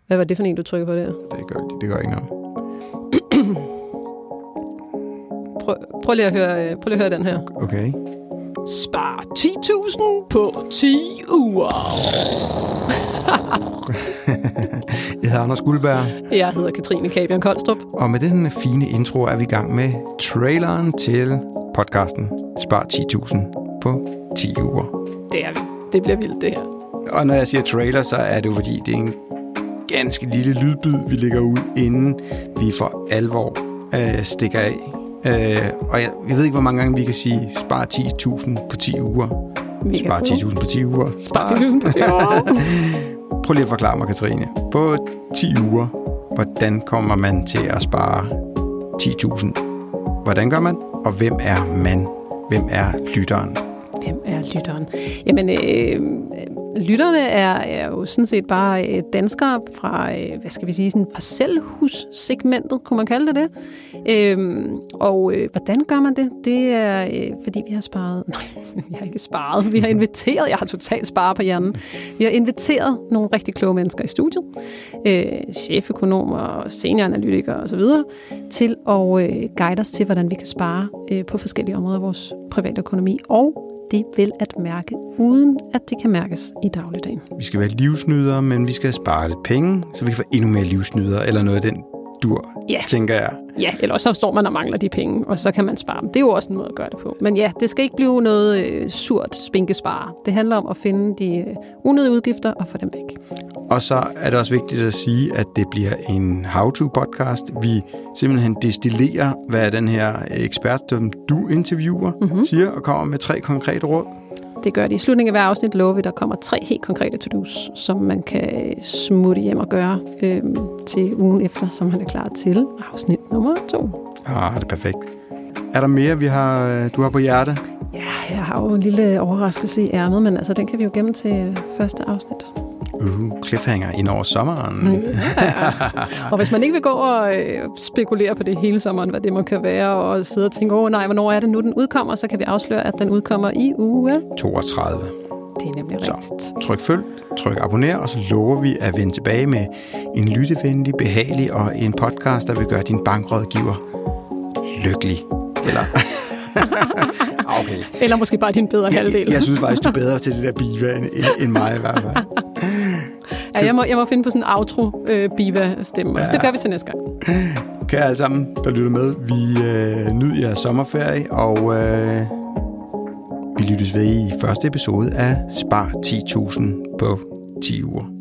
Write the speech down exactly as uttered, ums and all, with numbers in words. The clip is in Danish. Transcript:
Hvad var det for en, du trykker på der? Det gør, det gør ikke noget. prøv, prøv, lige at høre, prøv lige at høre den her. Okay. Spar ti tusind på ti uger. Jeg hedder Anders Guldberg. Jeg hedder Katrine Kabian Koldstrup. Og med den fine intro er vi i gang med traileren til podcasten Spar ti tusind på ti uger. Det er vi. Det bliver vildt, det her. Og når jeg siger trailer, så er det jo fordi, det er en ganske lille lydbid, vi lægger ud, inden vi for alvor øh, stikker af. Øh, og jeg, jeg ved ikke, hvor mange gange vi kan sige spar ti tusind på ti uger. Spar ti tusind på ti uger. Spar ti tusind på ti uger. Prøv lige at forklare mig, Katrine. På ti uger, hvordan kommer man til at spare ti tusind? Hvordan gør man? Og hvem er man? Hvem er lytteren? Hvem er lytteren? Jamen, øh, lytterne er, er jo sådan set bare øh, danskere fra, øh, hvad skal vi sige, sådan parcelhussegmentet, kunne man kalde det det. Øh, og øh, hvordan gør man det? Det er, øh, fordi vi har sparet... Nej, vi har ikke sparet. Vi har inviteret... Jeg har totalt sparet på hjernen. Vi har inviteret nogle rigtig kloge mennesker i studiet. Øh, cheføkonomer, senioranalytikere osv. til at øh, guide os til, hvordan vi kan spare øh, på forskellige områder af vores private økonomi. Og det vil at mærke, uden at det kan mærkes i dagligdagen. Vi skal være livsnydere, men vi skal spare lidt penge, så vi kan få endnu mere livsnydere, eller noget af den dur, ja. tænker jeg. Ja, eller også så står man og mangler de penge, og så kan man spare dem. Det er jo også en måde at gøre det på. Men ja, det skal ikke blive noget øh, surt spinkespare. Det handler om at finde de øh, unødige udgifter og få dem væk. Og så er det også vigtigt at sige, at det bliver en how-to-podcast. Vi simpelthen destillerer, hvad den her ekspert, du interviewer, mm-hmm. siger, og kommer med tre konkrete råd. Det gør det. I slutningen af hver afsnit lover vi, der kommer tre helt konkrete to-dos, som man kan smutte hjem og gøre øh, til ugen efter, som han er klar til afsnit nummer to. Ah, det er perfekt. Er der mere, vi har, du har på hjerte? Ja, jeg har jo en lille overraskelse i ærmet, men altså, den kan vi jo gemme til første afsnit. Uh, cliffhanger ind over sommeren. Ja. Og hvis man ikke vil gå og øh, spekulere på det hele sommeren, hvad det må kan være, og sidde og tænke, åh oh, nej, hvornår er det nu, den udkommer, så kan vi afsløre, at den udkommer i uge toogtredive. Det er nemlig så, rigtigt. Tryk følg, tryk abonner, og så lover vi at vende tilbage med en lyttevenlig, behagelig og en podcast, der vil gøre din bankrådgiver lykkelig. Eller... okay. Eller måske bare din bedre halvdel. Jeg, jeg synes faktisk, du er bedre til det der biva end, end mig i hvert fald. Ja, jeg må, jeg må finde på sådan en outro-biva-stemme. Øh, ja. Det gør vi til næste gang. Kære alle sammen, der lytter med. Vi øh, nyder jeres sommerferie, og øh, vi lyttes ved i første episode af Spar ti tusind på ti uger.